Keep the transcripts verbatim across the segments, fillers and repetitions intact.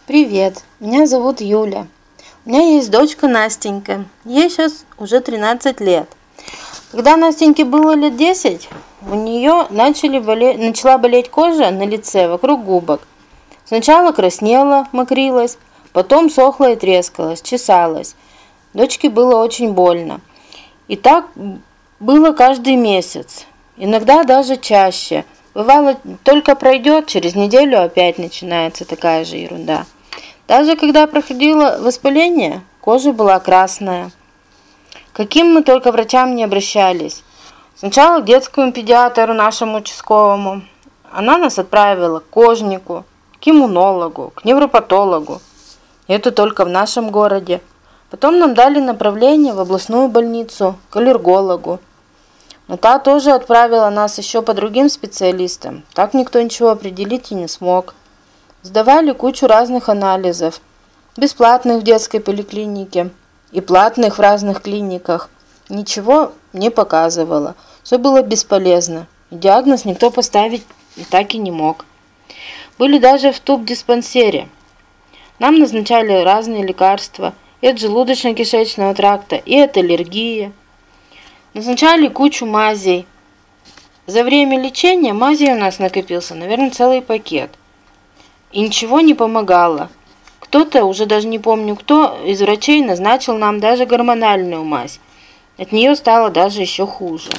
Привет, меня зовут Юля. У меня есть дочка Настенька, ей сейчас уже тринадцать лет. Когда Настеньке было лет десять, у нее начали болеть, начала болеть кожа на лице вокруг губок. Сначала краснела, мокрилась, потом сохла и трескалась, чесалась. Дочке было очень больно. И так было каждый месяц, иногда даже чаще. Бывало, только пройдет, через неделю опять начинается такая же ерунда. Даже когда проходило воспаление, кожа была красная. Каким мы только врачам не обращались. Сначала к детскому педиатру, нашему участковому. Она нас отправила к кожнику, к иммунологу, к невропатологу. Это только в нашем городе. Потом нам дали направление в областную больницу, к аллергологу. Но та тоже отправила нас еще по другим специалистам. Так никто ничего определить и не смог. Сдавали кучу разных анализов, бесплатных в детской поликлинике и платных в разных клиниках. Ничего не показывало, все было бесполезно. Диагноз никто поставить и так и не мог. Были даже в тубдиспансере. Нам назначали разные лекарства и от желудочно-кишечного тракта, и от аллергии. Назначали кучу мазей. За время лечения мазей у нас накопился, наверное, целый пакет. И ничего не помогало. Кто-то, уже даже не помню кто, из врачей назначил нам даже гормональную мазь. От нее стало даже еще хуже.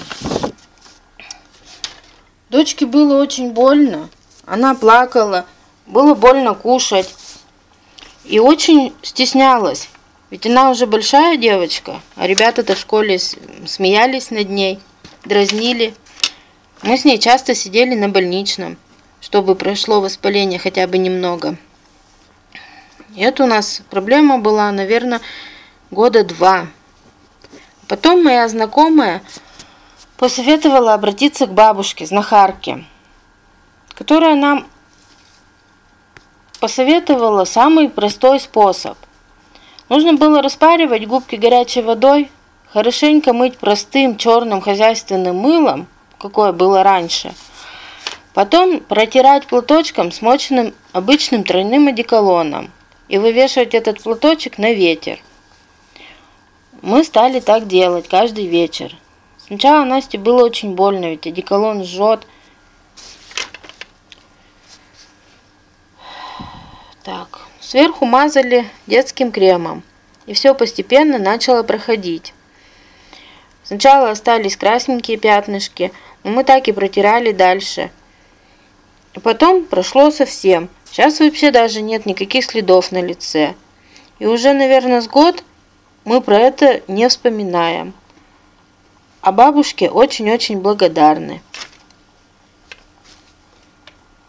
Дочке было очень больно. Она плакала, было больно кушать. И очень стеснялась. Ведь она уже большая девочка, а ребята-то в школе смеялись над ней, дразнили. Мы с ней часто сидели на больничном, чтобы прошло воспаление хотя бы немного. И это у нас проблема была, наверное, года два. Потом моя знакомая посоветовала обратиться к бабушке, знахарке, которая нам посоветовала самый простой способ. Нужно было распаривать губки горячей водой, хорошенько мыть простым черным хозяйственным мылом, какое было раньше. Потом протирать платочком, смоченным обычным тройным одеколоном, и вывешивать этот платочек на ветер. Мы стали так делать каждый вечер. Сначала Насте было очень больно, ведь одеколон жжет. Так, сверху мазали детским кремом, и все постепенно начало проходить. Сначала остались красненькие пятнышки, но мы так и протирали дальше. И потом прошло совсем. Сейчас вообще даже нет никаких следов на лице. И уже, наверное, с год мы про это не вспоминаем. А бабушке очень-очень благодарны.